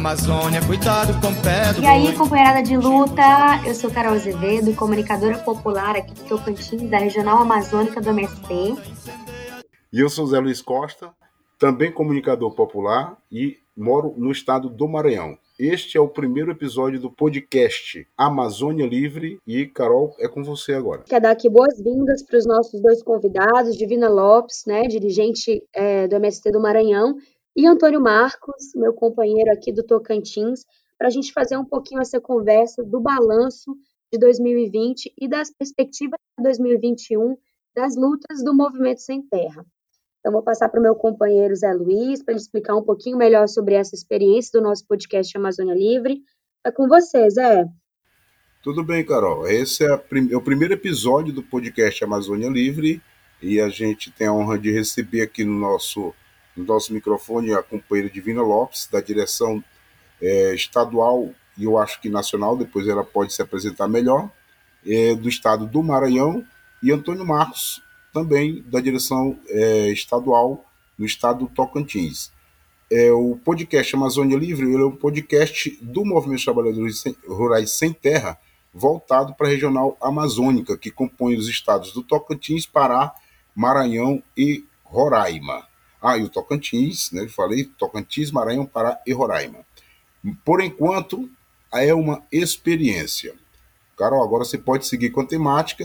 Amazônia, cuidado com o pé do E aí, companheirada de luta, eu sou Carol Azevedo, comunicadora popular aqui do Tocantins, da Regional Amazônica do MST. E eu sou Zé Luiz Costa, também comunicador popular e moro no estado do Maranhão. Este é o primeiro episódio do podcast Amazônia Livre e, Carol, é com você agora. Quero dar aqui boas-vindas para os nossos dois convidados, Divina Lopes, né, dirigente do MST do Maranhão, e Antônio Marcos, meu companheiro aqui do Tocantins, para a gente fazer um pouquinho essa conversa do balanço de 2020 e das perspectivas de 2021 das lutas do Movimento Sem Terra. Então, vou passar para o meu companheiro Zé Luiz, para ele explicar um pouquinho melhor sobre essa experiência do nosso podcast Amazônia Livre. É com você, Zé. Tudo bem, Carol. Esse é o primeiro episódio do podcast Amazônia Livre e a gente tem a honra de receber aqui no nosso microfone a companheira Divina Lopes, da direção estadual e eu acho que nacional, depois ela pode se apresentar melhor, do estado do Maranhão, e Antônio Marcos, também da direção estadual no estado do Tocantins. O podcast Amazônia Livre ele é um podcast do Movimento dos Trabalhadores Rurais Sem Terra, voltado para a regional amazônica, que compõe os estados do Tocantins, Pará, Maranhão e Roraima. E o Tocantins, né, eu falei, Tocantins, Maranhão, Pará e Roraima. Por enquanto, é uma experiência. Carol, agora você pode seguir com a temática.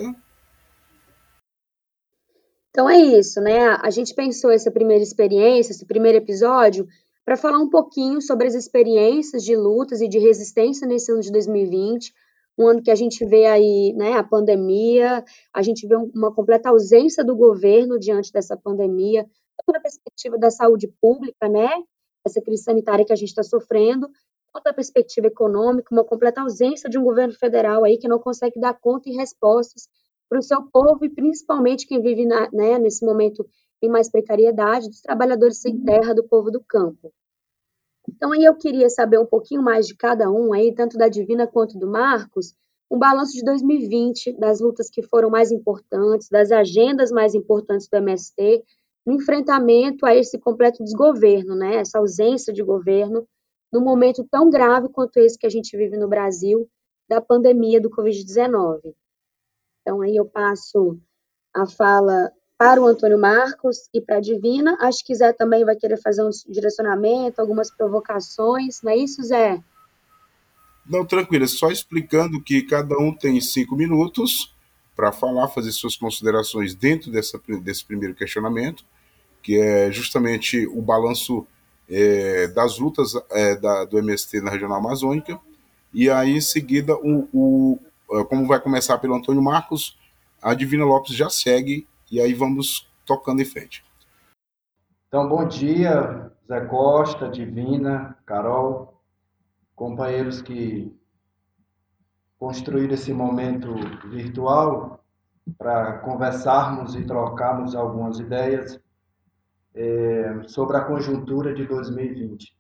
Então é isso, né? A gente pensou essa primeira experiência, esse primeiro episódio, para falar um pouquinho sobre as experiências de lutas e de resistência nesse ano de 2020, um ano que a gente vê aí, né, a pandemia, a gente vê uma completa ausência do governo diante dessa pandemia, tanto na perspectiva da saúde pública, né, essa crise sanitária que a gente está sofrendo, quanto da perspectiva econômica, uma completa ausência de um governo federal aí que não consegue dar conta e respostas para o seu povo e principalmente quem vive nesse momento em mais precariedade, dos trabalhadores sem terra, do povo do campo. Então, aí eu queria saber um pouquinho mais de cada um, aí, tanto da Divina quanto do Marcos, um balanço de 2020, das lutas que foram mais importantes, das agendas mais importantes do MST, no enfrentamento a esse completo desgoverno, né, essa ausência de governo, num momento tão grave quanto esse que a gente vive no Brasil, da pandemia do Covid-19. Então, aí eu passo a fala para o Antônio Marcos e para a Divina. Acho que Zé também vai querer fazer um direcionamento, algumas provocações, não é isso, Zé? Não, tranquilo, só explicando que cada um tem 5 minutos para falar, fazer suas considerações dentro desse primeiro questionamento, que é justamente o balanço das lutas do MST na Regional Amazônica, e aí em seguida, como vai começar pelo Antônio Marcos, a Divina Lopes já segue, e aí vamos tocando em frente. Então, bom dia, Zé Costa, Divina, Carol, companheiros que construíram esse momento virtual para conversarmos e trocarmos algumas ideias sobre a conjuntura de 2020.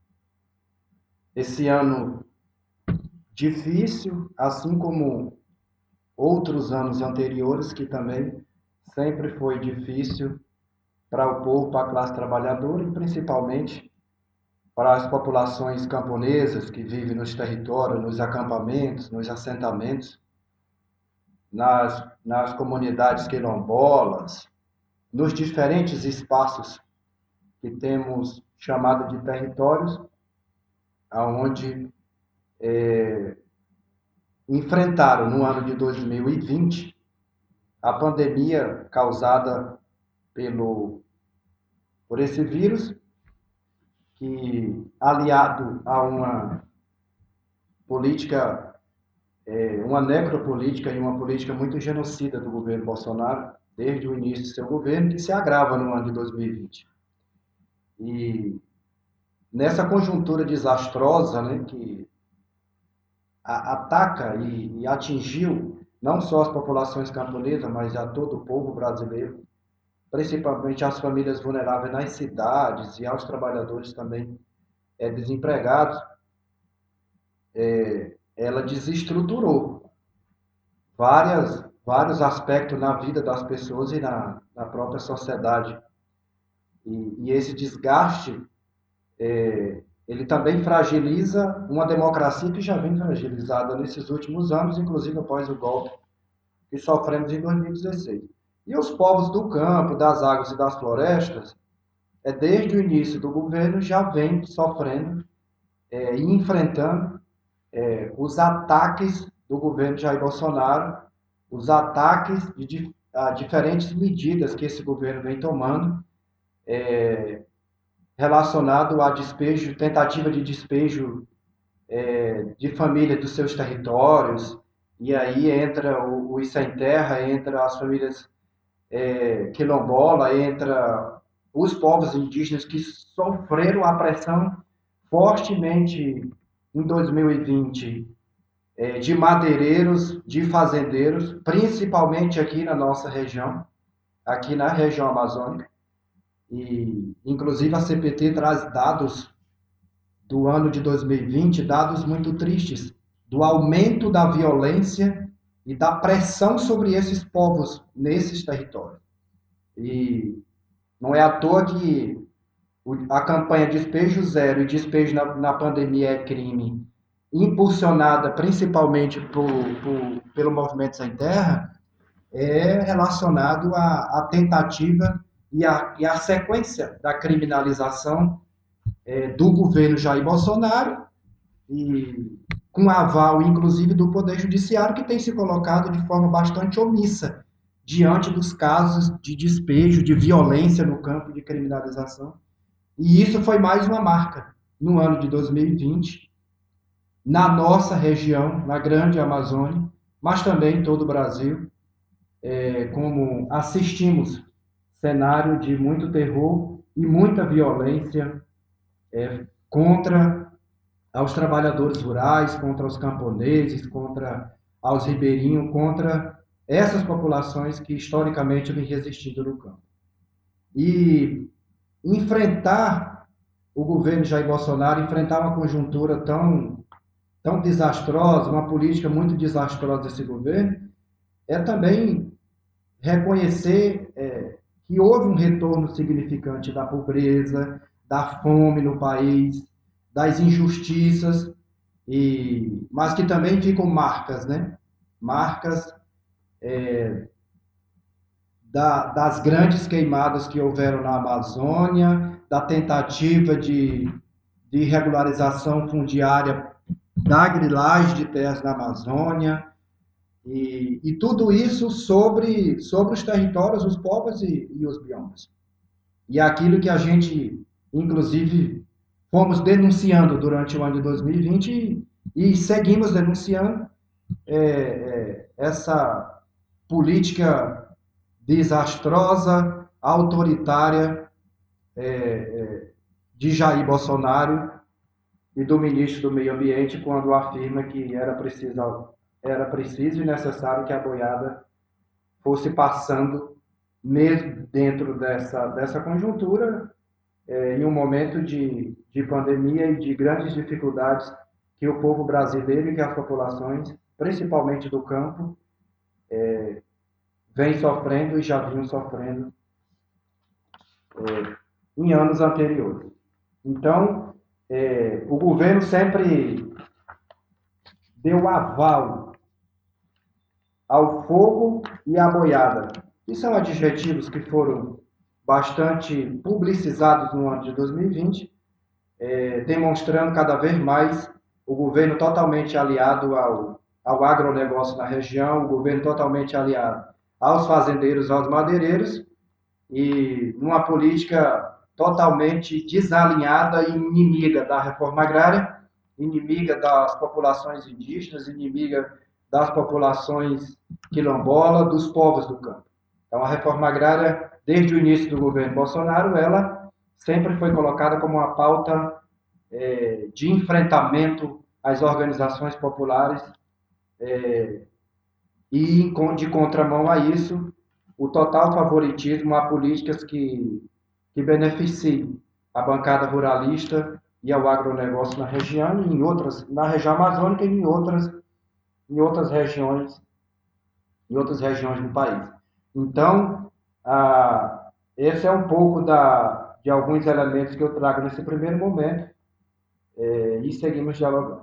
Esse ano difícil, assim como outros anos anteriores, que também sempre foi difícil para o povo, para a classe trabalhadora e principalmente para as populações camponesas que vivem nos territórios, nos acampamentos, nos assentamentos, nas comunidades quilombolas, nos diferentes espaços que temos chamado de territórios, onde enfrentaram no ano de 2020 a pandemia causada por esse vírus, que, aliado a uma política, uma necropolítica e uma política muito genocida do governo Bolsonaro, desde o início do seu governo, que se agrava no ano de 2020. E nessa conjuntura desastrosa, né, que ataca e atingiu não só as populações camponesas, mas a todo o povo brasileiro, principalmente as famílias vulneráveis nas cidades e aos trabalhadores também desempregados, ela desestruturou vários aspectos na vida das pessoas e na própria sociedade. E esse desgaste, ele também fragiliza uma democracia que já vem fragilizada nesses últimos anos, inclusive após o golpe que sofremos em 2016. E os povos do campo, das águas e das florestas, desde o início do governo, já vem sofrendo e enfrentando os ataques do governo Jair Bolsonaro, os ataques de diferentes medidas que esse governo vem tomando, relacionado a despejo, tentativa de despejo de família dos seus territórios, e aí entra os sem terra, entra as famílias quilombola, entra os povos indígenas que sofreram a pressão fortemente em 2020 de madeireiros, de fazendeiros, principalmente aqui na nossa região, aqui na região amazônica. E, inclusive, a CPT traz dados do ano de 2020, dados muito tristes, do aumento da violência e da pressão sobre esses povos nesses territórios. E não é à toa que a campanha Despejo Zero e Despejo na Pandemia é Crime, impulsionada principalmente pelo Movimento Sem Terra, é relacionado à tentativa e à sequência da criminalização do governo Jair Bolsonaro, e com aval, inclusive, do Poder Judiciário, que tem se colocado de forma bastante omissa diante dos casos de despejo, de violência no campo de criminalização. E isso foi mais uma marca no ano de 2020, na nossa região, na grande Amazônia, mas também em todo o Brasil, como assistimos cenário de muito terror e muita violência contra aos trabalhadores rurais, contra os camponeses, contra aos ribeirinhos, contra essas populações que historicamente vêm resistindo no campo. E enfrentar o governo Jair Bolsonaro, enfrentar uma conjuntura tão desastrosa, uma política muito desastrosa desse governo, é também reconhecer que houve um retorno significante da pobreza, da fome no país, das injustiças, mas que também ficam marcas, né? Marcas das grandes queimadas que houveram na Amazônia, da tentativa de regularização fundiária da grilagem de terras na Amazônia, e tudo isso sobre os territórios, os povos e os biomas. E aquilo que a gente, inclusive, fomos denunciando durante o ano de 2020 e seguimos denunciando essa política desastrosa, autoritária de Jair Bolsonaro e do ministro do Meio Ambiente, quando afirma que era preciso e necessário que a boiada fosse passando, mesmo dentro dessa conjuntura, em um momento de pandemia e de grandes dificuldades que o povo brasileiro e que as populações, principalmente do campo, vem sofrendo e já vinham sofrendo em anos anteriores. Então, o governo sempre deu aval ao fogo e à boiada. E são adjetivos que foram bastante publicizados no ano de 2020, demonstrando cada vez mais o governo totalmente aliado ao agronegócio na região, o governo totalmente aliado aos fazendeiros, aos madeireiros, e numa política totalmente desalinhada e inimiga da reforma agrária, inimiga das populações indígenas, inimiga das populações quilombola, dos povos do campo. Então, a reforma agrária, desde o início do governo Bolsonaro, ela sempre foi colocada como uma pauta de enfrentamento às organizações populares e, de contramão a isso, o total favoritismo a políticas que beneficiem a bancada ruralista e ao agronegócio na região, e na região amazônica e em outras regiões do país. Então, esse é um pouco de alguns elementos que eu trago nesse primeiro momento, e seguimos dialogando.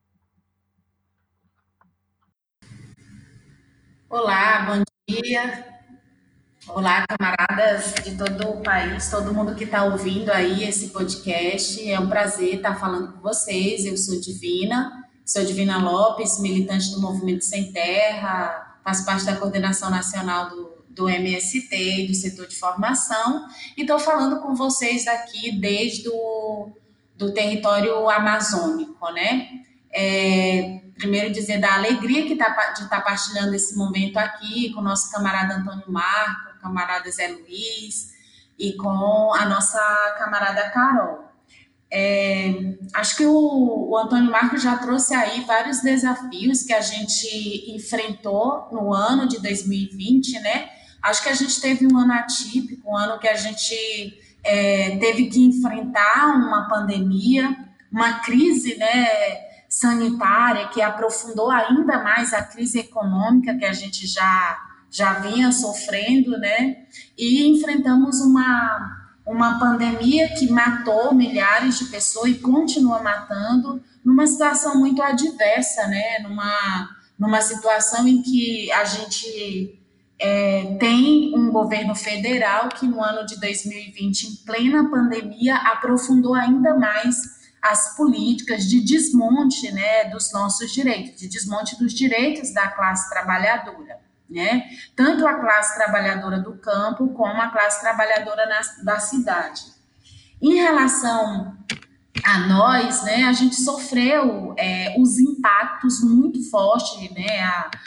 Olá, bom dia. Olá, camaradas de todo o país, todo mundo que está ouvindo aí esse podcast. É um prazer estar falando com vocês. Eu sou Divina Lopes, militante do Movimento Sem Terra, faço parte da coordenação nacional do MST, do setor de formação, e estou falando com vocês daqui desde do território amazônico, né? Primeiro dizer da alegria de estar partilhando esse momento aqui com o nosso camarada Antônio Marco, o camarada Zé Luiz e com a nossa camarada Carol. Acho que o Antônio Marco já trouxe aí vários desafios que a gente enfrentou no ano de 2020, né? Acho que a gente teve um ano atípico, um ano que a gente teve que enfrentar uma pandemia, uma crise, né, sanitária que aprofundou ainda mais a crise econômica que a gente já vinha sofrendo, né? E enfrentamos uma pandemia que matou milhares de pessoas e continua matando numa situação muito adversa, né? Numa situação em que a gente tem um governo federal que no ano de 2020, em plena pandemia, aprofundou ainda mais as políticas de desmonte, né, dos nossos direitos, de desmonte dos direitos da classe trabalhadora, né? Tanto a classe trabalhadora do campo como a classe trabalhadora da cidade. Em relação a nós, né, a gente sofreu os impactos muito fortes, né,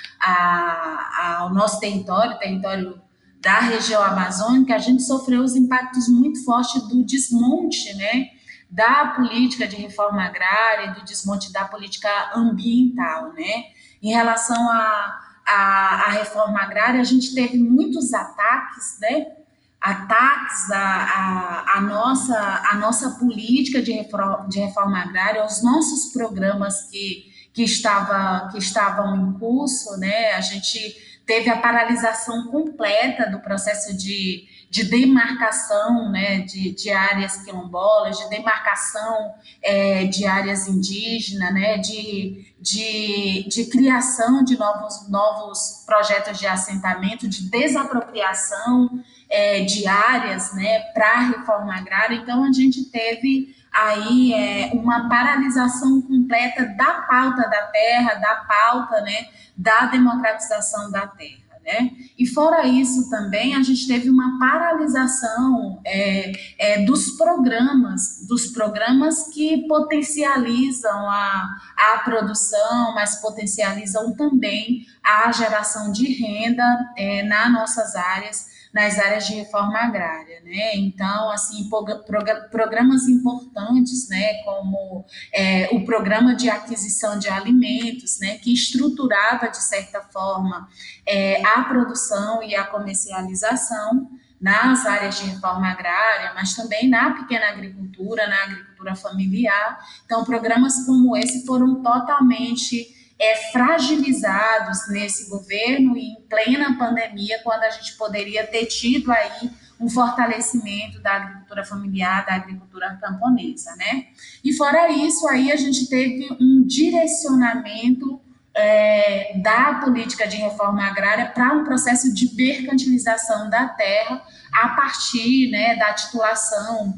ao nosso território da região amazônica, a gente sofreu os impactos muito fortes do desmonte, né, da política de reforma agrária, do desmonte da política ambiental, né? Em relação à reforma agrária, a gente teve muitos ataques, né? Ataques à nossa política de reforma agrária, aos nossos programas que estavam em curso, né? A gente teve a paralisação completa do processo de demarcação, né, de áreas quilombolas, de demarcação de áreas indígenas, né, de criação de novos projetos de assentamento, de desapropriação de áreas, né, para a reforma agrária. Então, a gente teve aí uma paralisação completa da pauta da terra, da pauta, né, da democratização da terra, né? E fora isso também a gente teve uma paralisação dos programas que potencializam a produção, mas potencializam também a geração de renda nas nossas áreas, nas áreas de reforma agrária, né? Então, assim, programas importantes, né, como o programa de aquisição de alimentos, né, que estruturava, de certa forma, a produção e a comercialização nas áreas de reforma agrária, mas também na pequena agricultura, na agricultura familiar. Então, programas como esse foram totalmente fragilizados nesse governo e em plena pandemia, quando a gente poderia ter tido aí um fortalecimento da agricultura familiar, da agricultura camponesa, né? E fora isso, aí a gente teve um direcionamento da política de reforma agrária para um processo de mercantilização da terra a partir, né, da titulação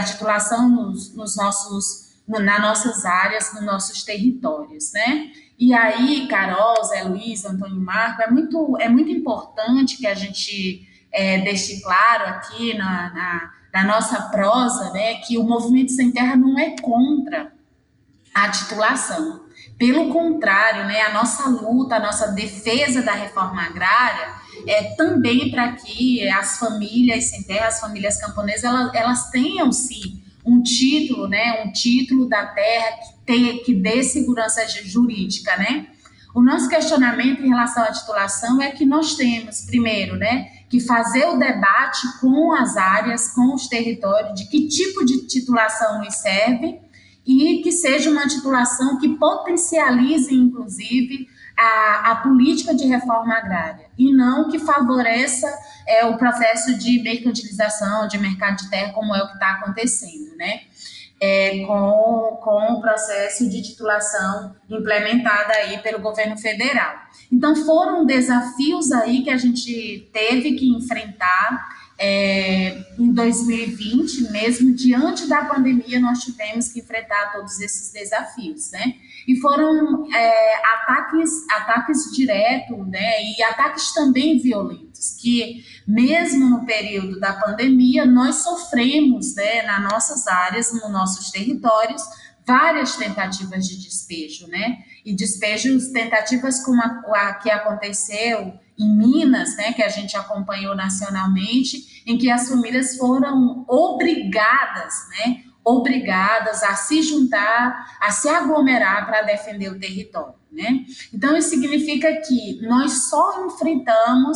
nas nossas áreas, nos nossos territórios, né? E aí, Carol, Zé Luiz, Antônio Marco, é muito importante que a gente deixe claro aqui na nossa prosa, né, que o Movimento Sem Terra não é contra a titulação. Pelo contrário, né, a nossa luta, a nossa defesa da reforma agrária também para que as famílias sem terra, as famílias camponesas, elas tenham, sim, um título, né, um título da terra que dê segurança jurídica, né? O nosso questionamento em relação à titulação é que nós temos, primeiro, né, que fazer o debate com as áreas, com os territórios, de que tipo de titulação nos serve e que seja uma titulação que potencialize, inclusive, a política de reforma agrária e não que favoreça o processo de mercantilização, de mercado de terra, como é o que está acontecendo, né? com o processo de titulação implementada aí pelo governo federal. Então, foram desafios aí que a gente teve que enfrentar em 2020, mesmo diante da pandemia, nós tivemos que enfrentar todos esses desafios, né? E foram ataques diretos, né? E ataques também violentos, que mesmo no período da pandemia, nós sofremos, né, nas nossas áreas, nos nossos territórios, várias tentativas de despejo, né? E tentativas como a que aconteceu em Minas, né, que a gente acompanhou nacionalmente, em que as famílias foram obrigadas a se juntar, a se aglomerar para defender o território, né? Então, isso significa que nós só enfrentamos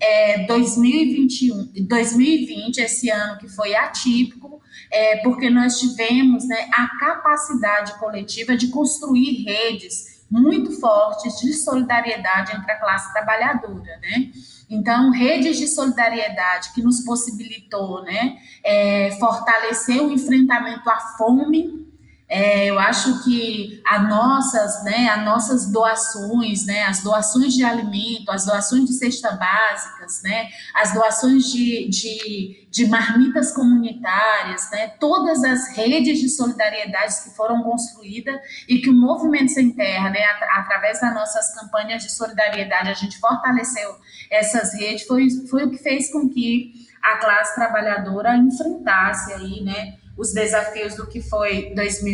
2020, esse ano que foi atípico, porque nós tivemos, né, a capacidade coletiva de construir redes muito fortes de solidariedade entre a classe trabalhadora, né? Então, redes de solidariedade que nos possibilitou, né, fortalecer o enfrentamento à fome. Eu acho que as nossas doações, né, as doações de alimento, as doações de cesta básicas, né, as doações de marmitas comunitárias, né, todas as redes de solidariedade que foram construídas e que o Movimento Sem Terra, né, através das nossas campanhas de solidariedade, a gente fortaleceu essas redes, foi o que fez com que a classe trabalhadora enfrentasse aí, né, os desafios do que foi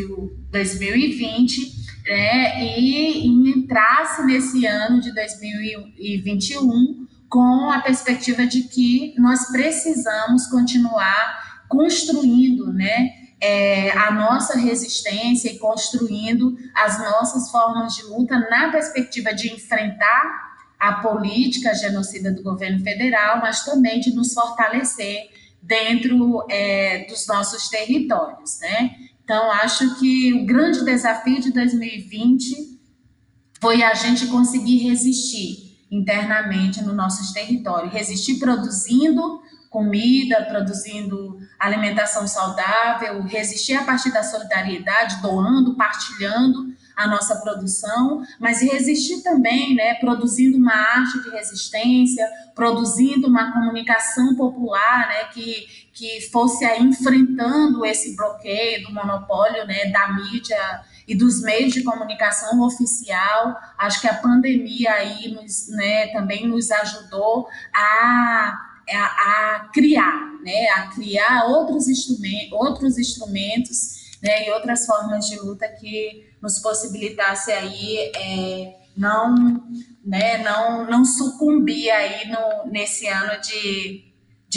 2020, né, e entrasse nesse ano de 2021 com a perspectiva de que nós precisamos continuar construindo, né, a nossa resistência e construindo as nossas formas de luta na perspectiva de enfrentar a política genocida do governo federal, mas também de nos fortalecer dentro dos nossos territórios, né? Então, acho que o grande desafio de 2020 foi a gente conseguir resistir internamente nos nossos territórios, resistir produzindo comida, produzindo alimentação saudável, resistir a partir da solidariedade, doando, partilhando a nossa produção, mas resistir também, né, produzindo uma arte de resistência, produzindo uma comunicação popular, né, que fosse aí enfrentando esse bloqueio do monopólio, né, da mídia e dos meios de comunicação oficial. Acho que a pandemia aí também nos ajudou a criar, né, outros instrumentos, né, e outras formas de luta que nos possibilitasse aí não sucumbir aí nesse ano de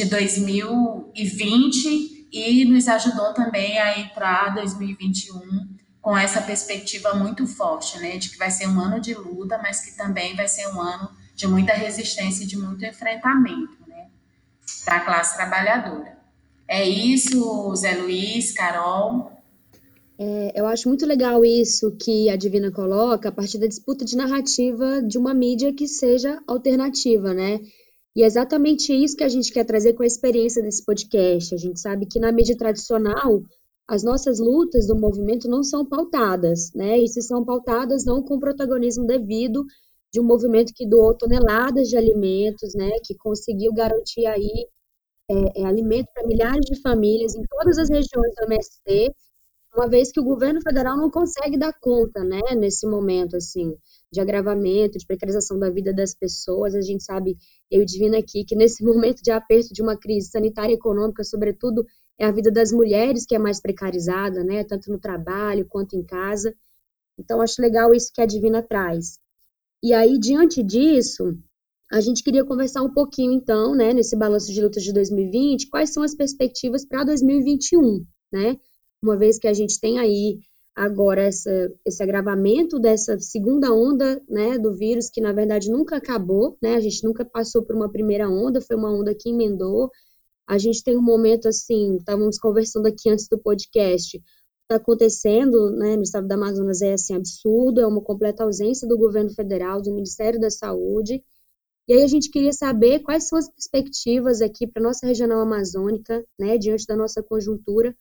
2020 e nos ajudou também aí para 2021 com essa perspectiva muito forte, né, de que vai ser um ano de luta, mas que também vai ser um ano de muita resistência e de muito enfrentamento, né, da classe trabalhadora. É isso, Zé Luiz, Carol. Eu acho muito legal isso que a Divina coloca a partir da disputa de narrativa de uma mídia que seja alternativa, né? E é exatamente isso que a gente quer trazer com a experiência desse podcast. A gente sabe que na mídia tradicional, as nossas lutas do movimento não são pautadas, né? E se são pautadas, não com o protagonismo devido de um movimento que doou toneladas de alimentos, né? Que conseguiu garantir aí alimento para milhares de famílias em todas as regiões do MST, uma vez que o governo federal não consegue dar conta, né, nesse momento, assim, de agravamento, de precarização da vida das pessoas. A gente sabe, eu e Divina aqui, que nesse momento de aperto de uma crise sanitária e econômica, sobretudo, é a vida das mulheres que é mais precarizada, né, tanto no trabalho quanto em casa. Então, acho legal isso que a Divina traz. E aí, diante disso, a gente queria conversar um pouquinho, então, né, nesse balanço de lutas de 2020, quais são as perspectivas para 2021, né? Uma vez que a gente tem aí agora esse agravamento dessa segunda onda, né, do vírus, que na verdade nunca acabou, né, a gente nunca passou por uma primeira onda, foi uma onda que emendou. A gente tem um momento assim, estávamos conversando aqui antes do podcast, está acontecendo, né, no estado do Amazonas é assim, absurdo, é uma completa ausência do governo federal, do Ministério da Saúde. E aí a gente queria saber quais são as perspectivas aqui para a nossa regional amazônica, né, diante da nossa conjuntura,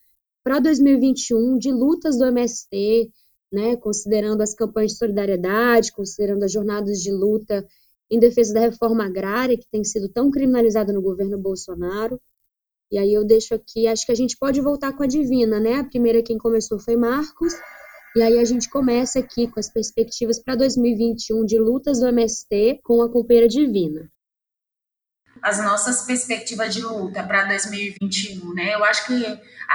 para 2021 de lutas do MST, né, considerando as campanhas de solidariedade, considerando as jornadas de luta em defesa da reforma agrária, que tem sido tão criminalizada no governo Bolsonaro. E aí eu deixo aqui, acho que a gente pode voltar com a Divina, né? A primeira quem começou foi Marcos, e aí a gente começa aqui com as perspectivas para 2021 de lutas do MST com a companheira Divina. As nossas perspectivas de luta para 2021, né? Eu acho que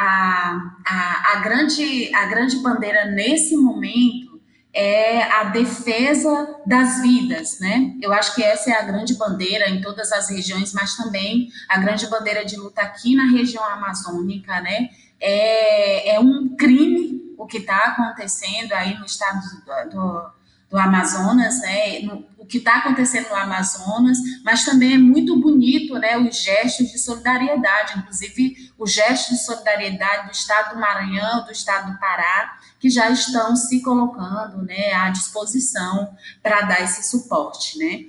a grande bandeira nesse momento é a defesa das vidas, né? Eu acho que essa é a grande bandeira em todas as regiões, mas também a grande bandeira de luta aqui na região amazônica, né? É um crime o que está acontecendo aí no estado do Amazonas, né? O que está acontecendo no Amazonas, mas também é muito bonito, né? Os gestos de solidariedade, inclusive os gestos de solidariedade do estado do Maranhão, do estado do Pará, que já estão se colocando, né, à disposição para dar esse suporte, né?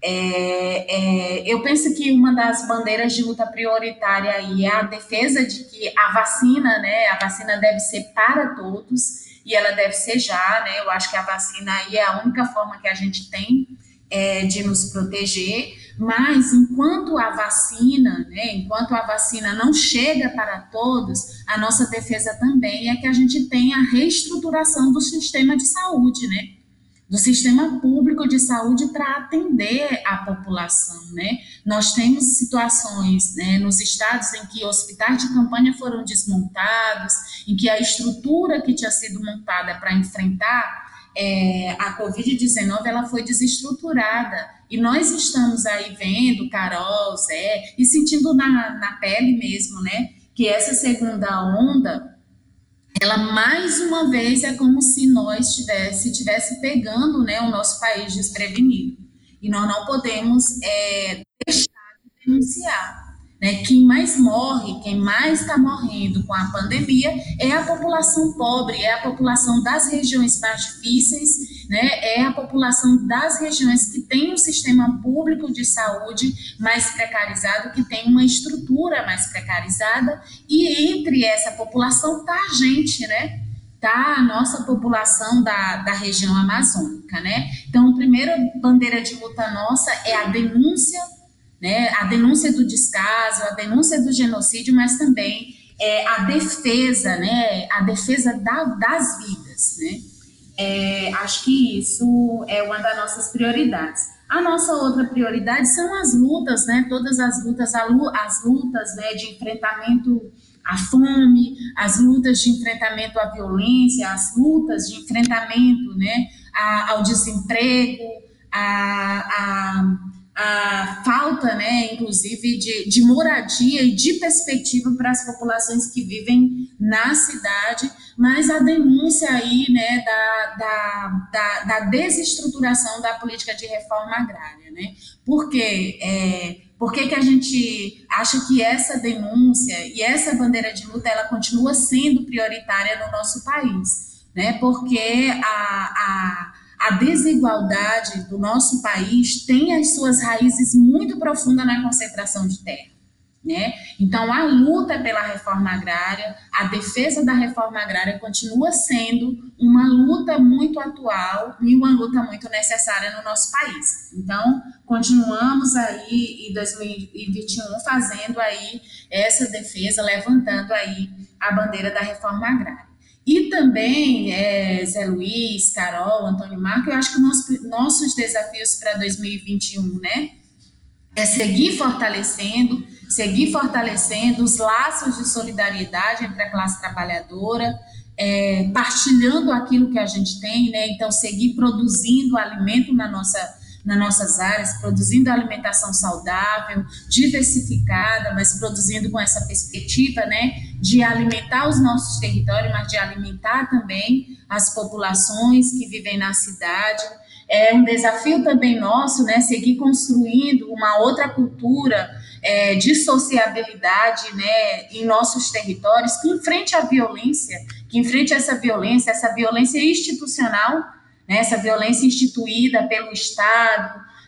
Eu penso que uma das bandeiras de luta prioritária aí é a defesa de que a vacina, né, a vacina deve ser para todos e ela deve ser já, né? Eu acho que a vacina aí é a única forma que a gente tem de nos proteger, mas enquanto a vacina, né, enquanto a vacina não chega para todos, a nossa defesa também é que a gente tenha a reestruturação do sistema de saúde, né? Do sistema público de saúde para atender a população, né? Nós temos situações, né, nos estados em que hospitais de campanha foram desmontados, em que a estrutura que tinha sido montada para enfrentar a Covid-19 ela foi desestruturada. E nós estamos aí vendo, Carol, Zé, e sentindo na pele mesmo, né, que essa segunda onda ela mais uma vez é como se nós tivesse pegando, né, o nosso país desprevenido. E nós não podemos deixar de denunciar. Né? Quem mais morre, quem mais está morrendo com a pandemia é a população pobre, é a população das regiões mais difíceis, né? É a população das regiões que tem um sistema público de saúde mais precarizado, que tem uma estrutura mais precarizada, e entre essa população está a gente, né? Tá a nossa população da região amazônica, né? Então, a primeira bandeira de luta nossa é a denúncia, né, a denúncia do descaso, a denúncia do genocídio, mas também a defesa, né, a defesa das vidas, né? Acho que isso é uma das nossas prioridades. A nossa outra prioridade são as lutas, né, todas as lutas, as lutas, né, de enfrentamento à fome, as lutas de enfrentamento à violência, as lutas de enfrentamento, né, ao desemprego, a falta, né, inclusive, de moradia e de perspectiva para as populações que vivem na cidade, mas a denúncia aí, né, da desestruturação da política de reforma agrária, né? Por quê? Por que a gente acha que essa denúncia e essa bandeira de luta ela continua sendo prioritária no nosso país, né? Porque a desigualdade do nosso país tem as suas raízes muito profundas na concentração de terra, né? Então, a luta pela reforma agrária, a defesa da reforma agrária continua sendo uma luta muito atual e uma luta muito necessária no nosso país. Então, continuamos aí em 2021 fazendo aí essa defesa, levantando aí a bandeira da reforma agrária. E também, Zé Luiz, Carol, Antônio Marco, eu acho que nossos desafios para 2021, né, é seguir fortalecendo os laços de solidariedade entre a classe trabalhadora, partilhando aquilo que a gente tem, né, então seguir produzindo alimento nas nossas áreas, produzindo alimentação saudável, diversificada, mas produzindo com essa perspectiva, né, de alimentar os nossos territórios, mas de alimentar também as populações que vivem na cidade. É um desafio também nosso, né, seguir construindo uma outra cultura de sociabilidade, né, em nossos territórios, que enfrente a violência, que enfrente essa violência institucional, né, essa violência instituída pelo Estado,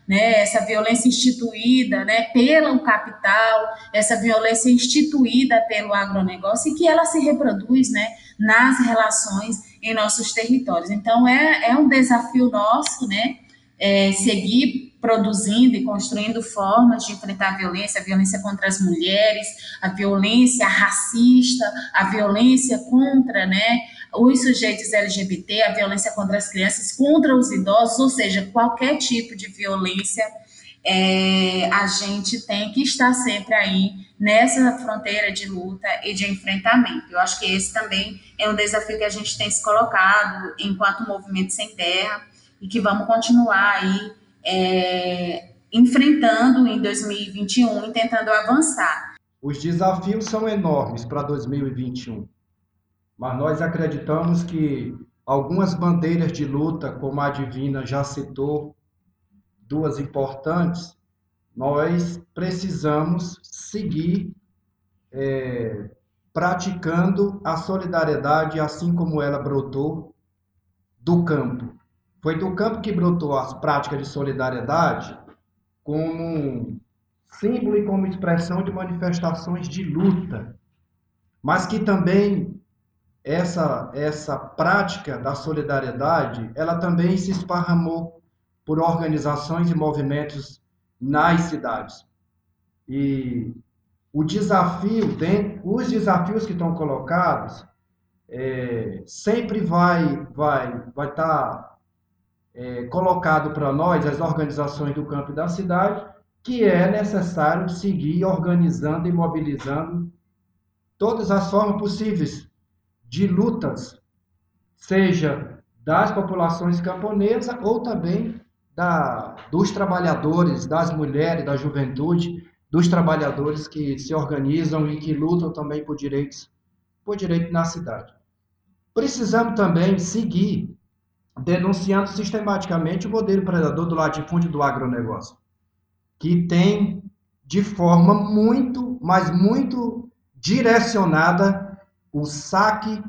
né, essa violência instituída, né, pelo capital, essa violência instituída pelo agronegócio e que ela se reproduz, né, nas relações em nossos territórios. Então, é um desafio nosso, né, seguir produzindo e construindo formas de enfrentar a violência contra as mulheres, a violência racista, a violência contra, né, os sujeitos LGBT, a violência contra as crianças, contra os idosos, ou seja, qualquer tipo de violência, a gente tem que estar sempre aí nessa fronteira de luta e de enfrentamento. Eu acho que esse também é um desafio que a gente tem se colocado enquanto Movimento Sem Terra e que vamos continuar aí enfrentando em 2021 e tentando avançar. Os desafios são enormes para 2021, mas nós acreditamos que algumas bandeiras de luta, como a Divina já citou, duas importantes, nós precisamos seguir praticando a solidariedade assim como ela brotou do campo. Foi do campo que brotou as práticas de solidariedade como símbolo e como expressão de manifestações de luta, mas que também essa prática da solidariedade, ela também se esparramou por organizações e movimentos nas cidades. E os desafios que estão colocados, sempre vai estar colocado para nós, as organizações do campo e da cidade, que é necessário seguir organizando e mobilizando todas as formas possíveis de lutas, seja das populações camponesas ou também dos trabalhadores, das mulheres, da juventude, dos trabalhadores que se organizam e que lutam também por direito na cidade. Precisamos também seguir denunciando sistematicamente o modelo predador do latifúndio do agronegócio, que tem de forma muito, mas muito direcionada o saque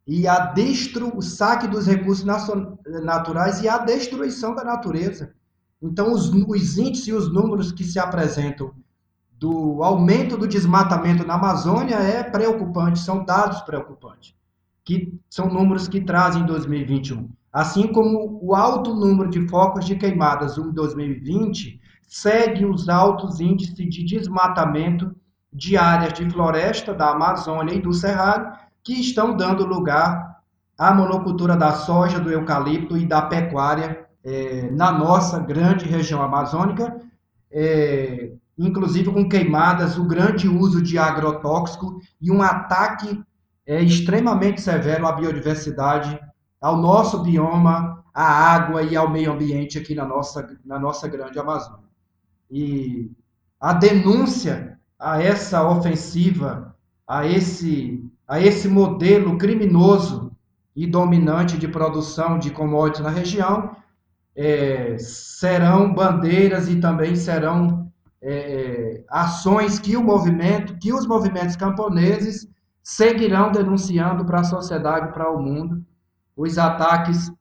o saque dos recursos naturais e a destruição da natureza. Então, os índices e os números que se apresentam do aumento do desmatamento na Amazônia é preocupante, são dados preocupantes, que são números que trazem em 2021. Assim como o alto número de focos de queimadas em 2020 segue os altos índices de desmatamento de áreas de floresta da Amazônia e do Cerrado, que estão dando lugar à monocultura da soja, do eucalipto e da pecuária na nossa grande região amazônica, inclusive com queimadas, o grande uso de agrotóxico e um ataque extremamente severo à biodiversidade, ao nosso bioma, à água e ao meio ambiente aqui na nossa grande Amazônia. E a denúncia a essa ofensiva, a esse modelo criminoso e dominante de produção de commodities na região, serão bandeiras e também serão ações que os movimentos camponeses seguirão denunciando para a sociedade, para o mundo, os ataques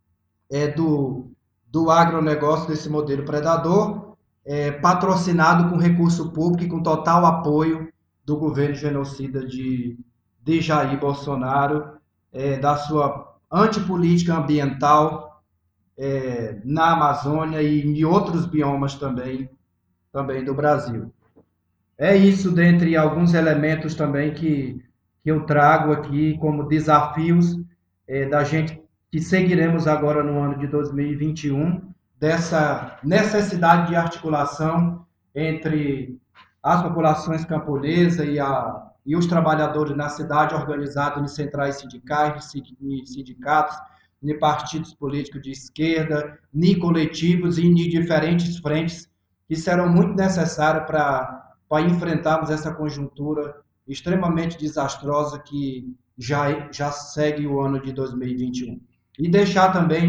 do agronegócio, desse modelo predador, patrocinado com recurso público e com total apoio do governo genocida de Jair Bolsonaro, da sua antipolítica ambiental na Amazônia e em outros biomas também do Brasil. É isso, dentre alguns elementos também que eu trago aqui como desafios da gente que seguiremos agora no ano de 2021, dessa necessidade de articulação entre as populações camponesas e os trabalhadores na cidade, organizados em centrais sindicais, em sindicatos, em partidos políticos de esquerda, em coletivos e em diferentes frentes, que serão muito necessários para enfrentarmos essa conjuntura extremamente desastrosa que já segue o ano de 2021. E deixar também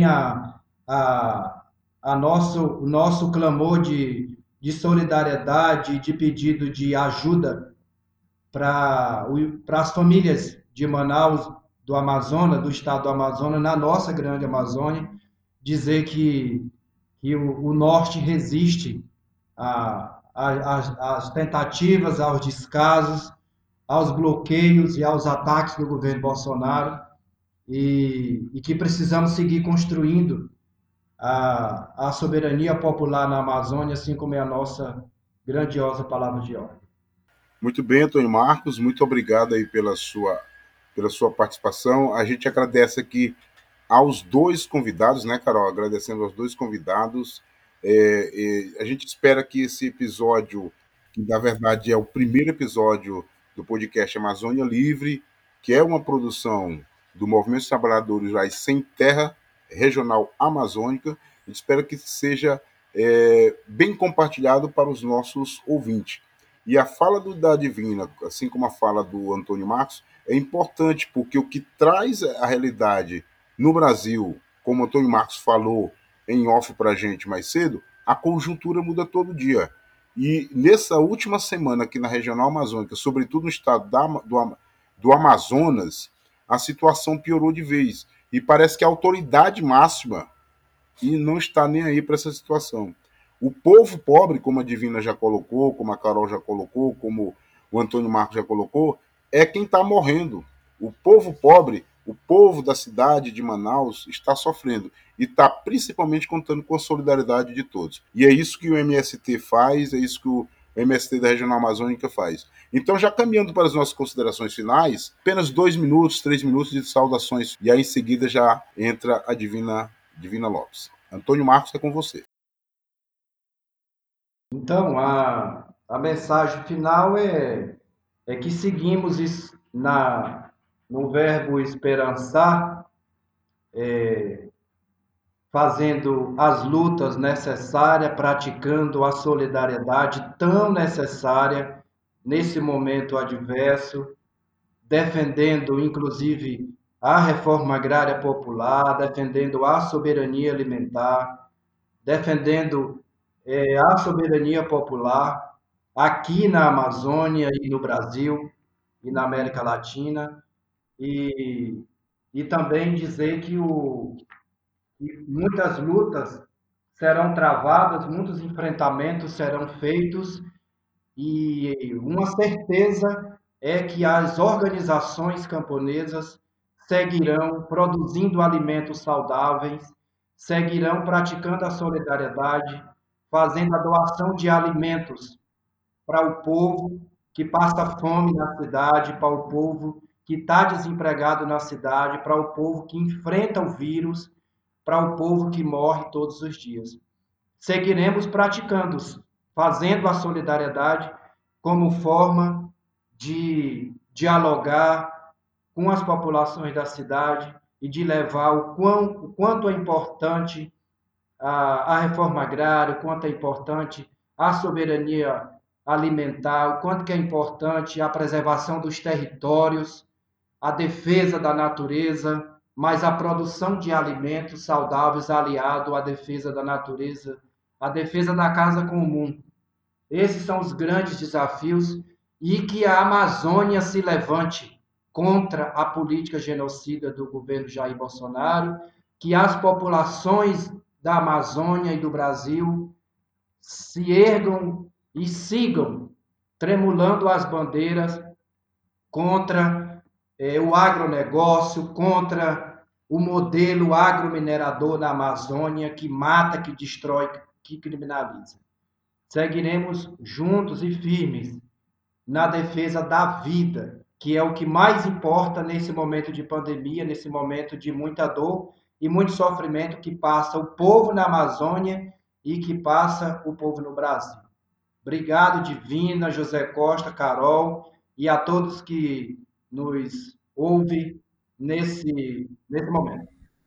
o nosso clamor de solidariedade, de pedido de ajuda para as famílias de Manaus, do Amazonas, do estado do Amazonas, na nossa grande Amazônia, dizer que que o Norte resiste às tentativas, aos descasos, aos bloqueios e aos ataques do governo Bolsonaro, e que precisamos seguir construindo a soberania popular na Amazônia, assim como é a nossa grandiosa palavra de ordem. Muito bem, Antônio Marcos, muito obrigado aí pela sua participação. A gente agradece aqui aos dois convidados, né, Carol? Agradecendo aos dois convidados. A gente espera que esse episódio, que na verdade é o primeiro episódio do podcast Amazônia Livre, que é uma produção do Movimento dos Trabalhadores Rurais Sem Terra, Regional Amazônica, a gente espera que seja bem compartilhado para os nossos ouvintes. E a fala da Divina, assim como a fala do Antônio Marcos, é importante, porque o que traz a realidade no Brasil, como o Antônio Marcos falou em off para a gente mais cedo, a conjuntura muda todo dia. E nessa última semana aqui na Regional Amazônica, sobretudo no estado do Amazonas, a situação piorou de vez. E parece que a autoridade máxima e não está nem aí para essa situação. O povo pobre, como a Divina já colocou, como a Carol já colocou, como o Antônio Marcos já colocou, é quem está morrendo. O povo pobre, o povo da cidade de Manaus está sofrendo e está principalmente contando com a solidariedade de todos. E é isso que o MST faz, é isso que o MST da Regional Amazônica faz. Então, já caminhando para as nossas considerações finais, apenas 2 minutos, 3 minutos de saudações, e aí em seguida já entra a Divina Lopes. Antônio Marcos, é com você. Então, a mensagem final é que seguimos no verbo esperançar, fazendo as lutas necessárias, praticando a solidariedade tão necessária nesse momento adverso, defendendo, inclusive, a reforma agrária popular, defendendo a soberania alimentar, defendendo a soberania popular aqui na Amazônia e no Brasil e na América Latina, e também dizer que muitas lutas serão travadas, muitos enfrentamentos serão feitos, e uma certeza é que as organizações camponesas seguirão produzindo alimentos saudáveis, seguirão praticando a solidariedade, fazendo a doação de alimentos para o povo que passa fome na cidade, para o povo que está desempregado na cidade, para o povo que enfrenta o vírus, para o povo que morre todos os dias. Seguiremos praticando, fazendo a solidariedade como forma de dialogar com as populações da cidade e de levar o quanto é importante a reforma agrária, o quanto é importante a soberania alimentar, o quanto que é importante a preservação dos territórios, a defesa da natureza, mas a produção de alimentos saudáveis aliado à defesa da natureza, a defesa da casa comum. Esses são os grandes desafios, e que a Amazônia se levante contra a política genocida do governo Jair Bolsonaro, que as populações da Amazônia e do Brasil se ergam e sigam tremulando as bandeiras contra o agronegócio, contra o modelo agrominerador da Amazônia, que mata, que destrói, que criminaliza. Seguiremos juntos e firmes na defesa da vida, que é o que mais importa nesse momento de pandemia, nesse momento de muita dor e muito sofrimento que passa o povo na Amazônia e que passa o povo no Brasil. Obrigado, Divina, José Costa, Carol, e a todos que nos ouvem nesse momento.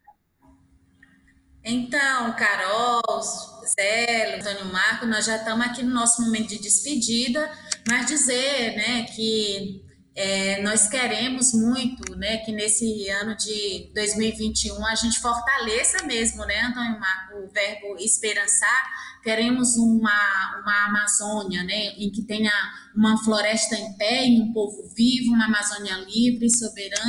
Então, Carol, Zé, Antônio Marco, nós já estamos aqui no nosso momento de despedida, mas dizer, né, que nós queremos muito, né, que nesse ano de 2021 a gente fortaleça mesmo, né, Antônio Marco, o verbo esperançar. Queremos uma Amazônia, né, em que tenha uma floresta em pé e um povo vivo, uma Amazônia livre e soberana,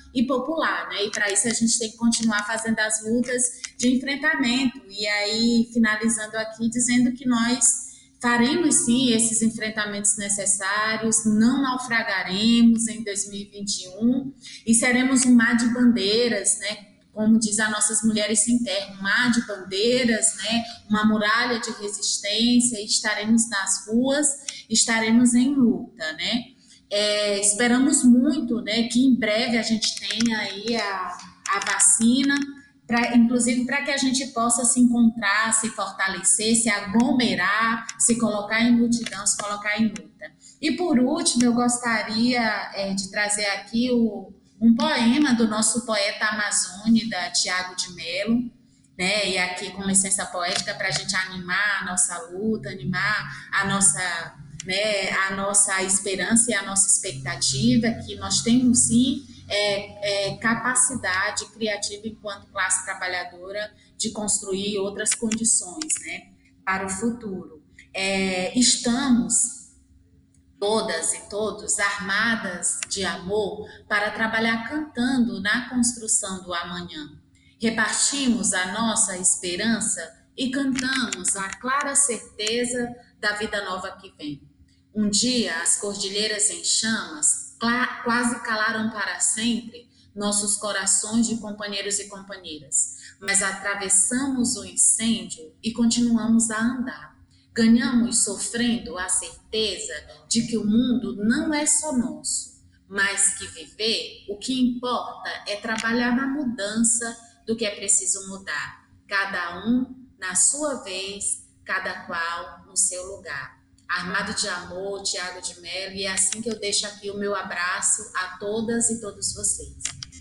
e popular, né? E para isso a gente tem que continuar fazendo as lutas de enfrentamento. E aí, finalizando aqui, dizendo que nós faremos sim esses enfrentamentos necessários, não naufragaremos em 2021 e seremos um mar de bandeiras, né? Como diz as nossas mulheres sem terra, um mar de bandeiras, né? Uma muralha de resistência, e estaremos nas ruas, estaremos em luta, né? Esperamos muito, né, que em breve a gente tenha aí a vacina, inclusive para que a gente possa se encontrar, se fortalecer, se aglomerar, se colocar em multidão, se colocar em luta. E por último, eu gostaria de trazer aqui um poema do nosso poeta amazônida, Tiago de Mello, né, e aqui com licença poética para a gente animar a nossa luta, animar a nossa esperança e a nossa expectativa, que nós temos sim capacidade criativa enquanto classe trabalhadora de construir outras condições, né, para o futuro. Estamos todas e todos armadas de amor para trabalhar cantando na construção do amanhã. Repartimos a nossa esperança e cantamos a clara certeza da vida nova que vem. Um dia as cordilheiras em chamas quase calaram para sempre nossos corações de companheiros e companheiras, mas atravessamos o incêndio e continuamos a andar. Ganhamos sofrendo a certeza de que o mundo não é só nosso, mas que viver, o que importa é trabalhar na mudança do que é preciso mudar, cada um na sua vez, cada qual no seu lugar. Armado de amor, Tiago de Mello, e é assim que eu deixo aqui o meu abraço a todas e todos vocês.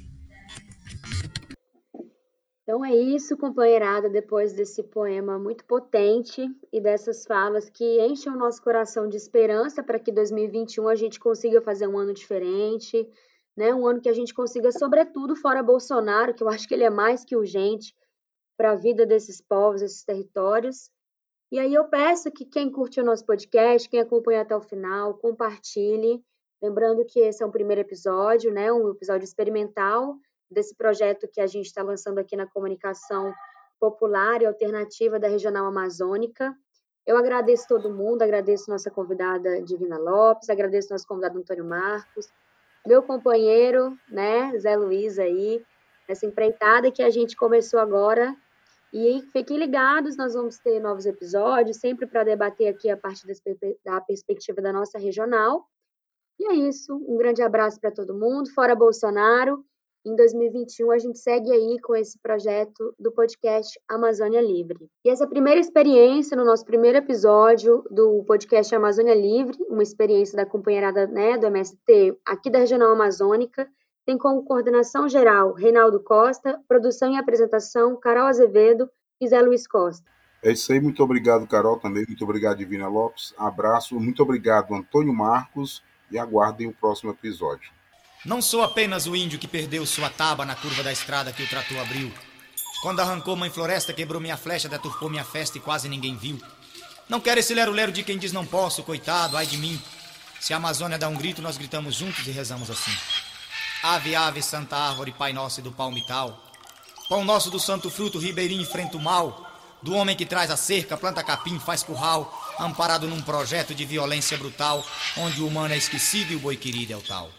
Então é isso, companheirada, depois desse poema muito potente e dessas falas que enchem o nosso coração de esperança para que 2021 a gente consiga fazer um ano diferente, né? Um ano que a gente consiga, sobretudo, fora Bolsonaro, que eu acho que ele é mais que urgente para a vida desses povos, desses territórios. E aí eu peço que quem curte o nosso podcast, quem acompanha até o final, compartilhe. Lembrando que esse é um primeiro episódio, né? Um episódio experimental desse projeto que a gente está lançando aqui na comunicação popular e alternativa da Regional Amazônica. Eu agradeço todo mundo, agradeço nossa convidada Divina Lopes, agradeço nosso convidado Antônio Marcos, meu companheiro, né, Zé Luiz aí, nessa empreitada que a gente começou agora. E fiquem ligados, nós vamos ter novos episódios, sempre para debater aqui a partir da perspectiva da nossa regional. E é isso, um grande abraço para todo mundo, fora Bolsonaro. Em 2021 a gente segue aí com esse projeto do podcast Amazônia Livre. E essa primeira experiência, no nosso primeiro episódio do podcast Amazônia Livre, uma experiência da companheirada, né, do MST aqui da Regional Amazônica, tem como coordenação geral Reinaldo Costa, produção e apresentação Carol Azevedo e Zé Luiz Costa. É isso aí, muito obrigado, Carol, também, muito obrigado, Divina Lopes, abraço, muito obrigado, Antônio Marcos, e aguardem o próximo episódio. Não sou apenas o índio que perdeu sua taba na curva da estrada que o trator abriu. Quando arrancou mãe floresta, quebrou minha flecha, deturpou minha festa e quase ninguém viu. Não quero esse lero-lero de quem diz não posso, coitado, ai de mim. Se a Amazônia dá um grito, nós gritamos juntos e rezamos assim. Ave, ave, santa árvore, pai nosso e do palmital. Pão nosso do santo fruto, ribeirinho enfrenta o mal. Do homem que traz a cerca, planta capim, faz curral, amparado num projeto de violência brutal, onde o humano é esquecido e o boi querido é o tal.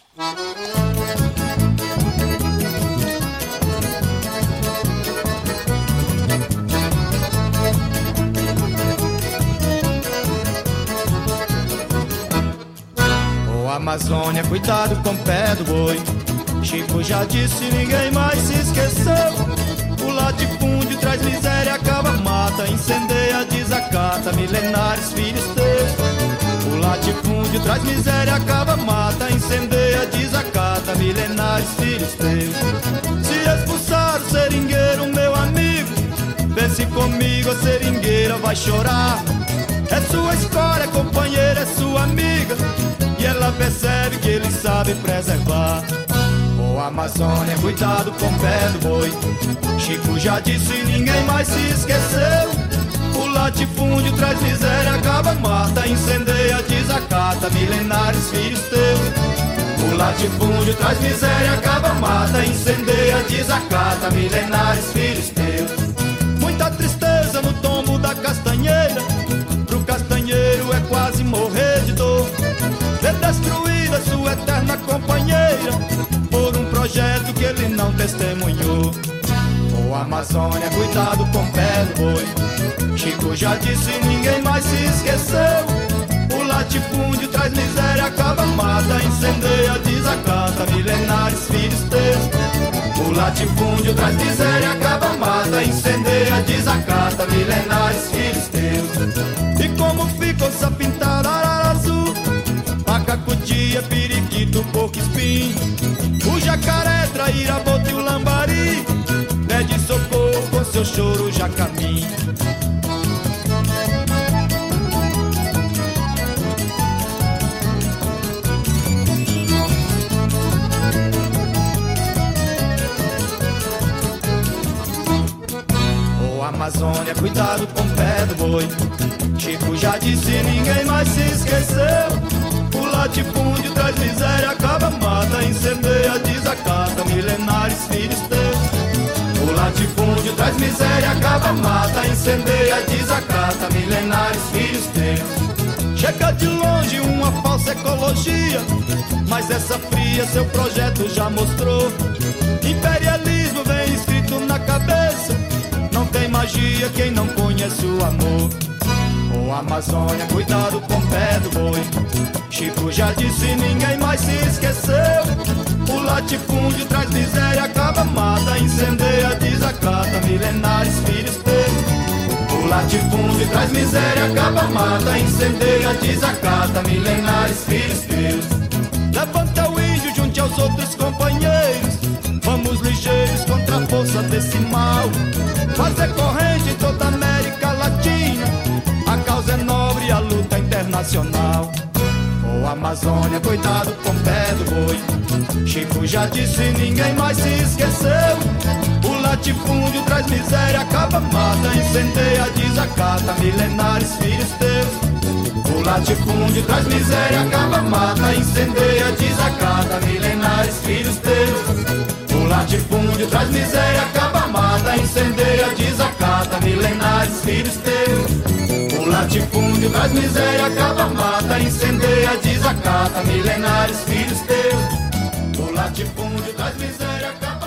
Ô Amazônia, cuidado com o pé do boi. Chico já disse, ninguém mais se esqueceu. O latifúndio traz miséria, acaba, mata, incendeia, desacata, milenares filhos teus. O latifúndio traz miséria, acaba, mata, incendeia, desacata, milenares filhos teus. Se expulsar o seringueiro, meu amigo, pense comigo, a seringueira vai chorar. É sua escolha, companheira, é sua amiga, e ela percebe que ele sabe preservar. Ô Amazônia, cuidado com o pé do boi. Chico já disse, ninguém mais se esqueceu. O latifúndio traz miséria, acaba, mata, incendeia, desacata, milenares filhos teus. O latifúndio traz miséria, acaba, mata, incendeia, desacata, milenares filhos teus. Muita tristeza no tombo da castanheira, pro castanheiro é quase morrer de dor. Ver destruída sua eterna companheira, por um projeto que ele não testemunhou. Ô Amazônia, cuidado com o pé do boi, Chico já disse, ninguém mais se esqueceu. O latifúndio traz miséria, acaba, mata, incendeia, desacata, milenares filhos teus. O latifúndio traz miséria, acaba, mata, incendeia, desacata, milenares filhos teus. E como ficou essa pintada azul, a cacutia, periquito, porco espinho, o jacaré, traíra, bota e o lambari, pede socorro com seu choro, já caminha. Amazônia, cuidado com o pé do boi, Chico já disse, ninguém mais se esqueceu. O latifúndio traz miséria, acaba, mata, incendeia, desacata, milenares filhos teus. O latifúndio traz miséria, acaba, mata, incendeia, desacata, milenares filhos teus. Chega de longe uma falsa ecologia, mas essa fria seu projeto já mostrou. Imperialismo vem escrito na cabeça, não tem magia quem não conhece o amor. Ô Amazônia, cuidado com o pé do boi, Chico já disse, ninguém mais se esqueceu. O latifúndio traz miséria, acaba, mata, incendeia, desacata, milenares filhos teus. O latifúndio traz miséria, acaba, mata, incendeia, desacata, milenares filhos teus. Levanta o índio, junte aos outros companheiros, vamos ligeiros contra a força desse mal. Fazer corrente em toda a América Latina, a causa é nobre, a luta é internacional. Ô Amazônia, cuidado com o pé do boi, Chico já disse, ninguém mais se esqueceu. O latifúndio traz miséria, acaba, mata, incendeia, desacata, milenares filhos teus. O latifúndio traz miséria, acaba, mata, incendeia, desacata, milenares filhos teus. O latifúndio traz miséria, acaba, mata, incendeia, desacata, milenares filhos teus. O latifúndio traz miséria, acaba, mata, incendeia, desacata, milenares filhos teus. O latifúndio traz miséria, acaba